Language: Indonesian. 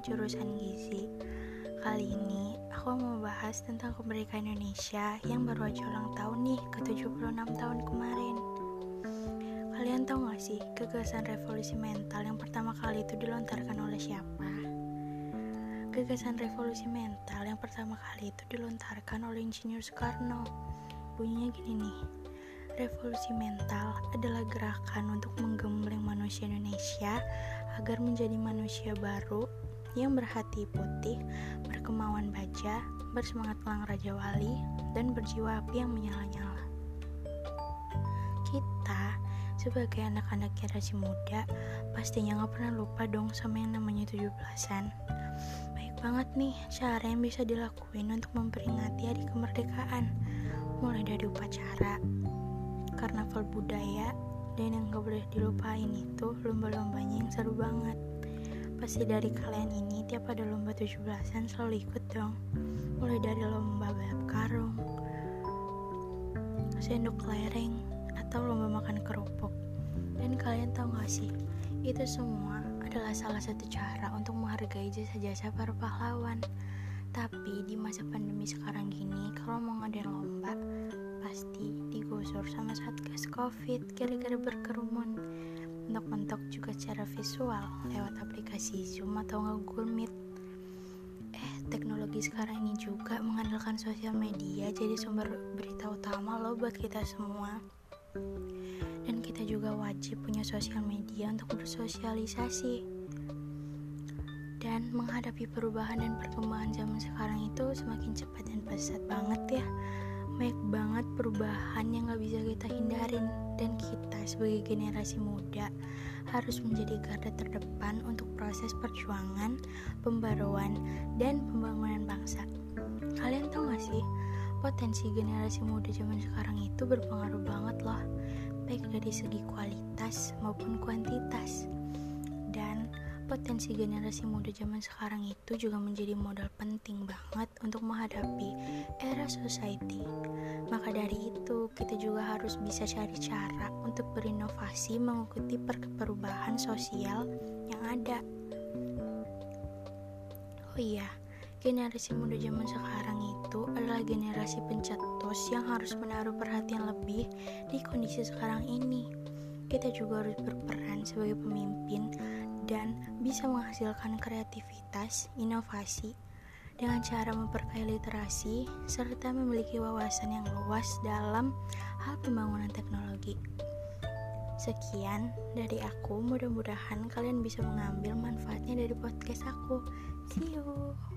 jurusan gizi. Kali ini aku mau bahas tentang kemerdekaan Indonesia yang baru aja ulang tahun nih ke 76 tahun kemarin. Kalian tahu gak sih gagasan revolusi mental yang pertama kali itu dilontarkan oleh siapa? Gagasan revolusi mental yang pertama kali itu dilontarkan oleh Insinyur Soekarno. Bunyinya gini nih, revolusi mental adalah gerakan untuk menggembleng manusia Indonesia agar menjadi manusia baru yang berhati putih, berkemauan baja, bersemangat elang Raja Wali, dan berjiwa api yang menyala-nyala. Kita sebagai anak-anak generasi muda pastinya gak pernah lupa dong sama yang namanya 17-an. Baik banget nih cara yang bisa dilakuin untuk memperingati hari kemerdekaan, mulai dari upacara, karnaval budaya, dan yang gak boleh dilupain itu lomba-lombanya yang seru banget. Pasti dari kalian ini tiap ada lomba 17-an selalu ikut dong. Mulai dari lomba balap karung, sendok kelereng, atau lomba makan kerupuk. Dan kalian tahu gak sih, itu semua adalah salah satu cara untuk menghargai jasa-jasa para pahlawan. Tapi di masa pandemi sekarang gini, kalau mau ngadain lomba pasti digusur sama Satgas Covid gara-gara berkerumun. Mentok-mentok juga secara visual lewat aplikasi Zoom atau Google Meet. Teknologi sekarang ini juga mengandalkan sosial media jadi sumber berita utama loh buat kita semua. Dan kita juga wajib punya sosial media untuk bersosialisasi. Dan menghadapi perubahan dan perkembangan zaman sekarang itu semakin cepat dan pesat banget ya. Banyak banget perubahan yang gak bisa kita hindarin. Dan kita sebagai generasi muda harus menjadi garda terdepan untuk proses perjuangan, pembaruan, dan pembangunan bangsa. Kalian tahu gak sih, potensi generasi muda zaman sekarang itu berpengaruh banget loh, baik dari segi kualitas maupun kuantitas. Dan potensi generasi muda zaman sekarang itu juga menjadi modal penting banget untuk menghadapi era society. Maka dari itu, kita juga harus bisa cari cara untuk berinovasi mengikuti perubahan sosial yang ada. Oh iya, generasi muda zaman sekarang itu adalah generasi pencetus yang harus menaruh perhatian lebih di kondisi sekarang ini. Kita juga harus berperan sebagai pemimpin dan bisa menghasilkan kreativitas, inovasi dengan cara memperkaya literasi serta memiliki wawasan yang luas dalam hal pembangunan teknologi. Sekian dari aku, mudah-mudahan kalian bisa mengambil manfaatnya dari podcast aku. See you.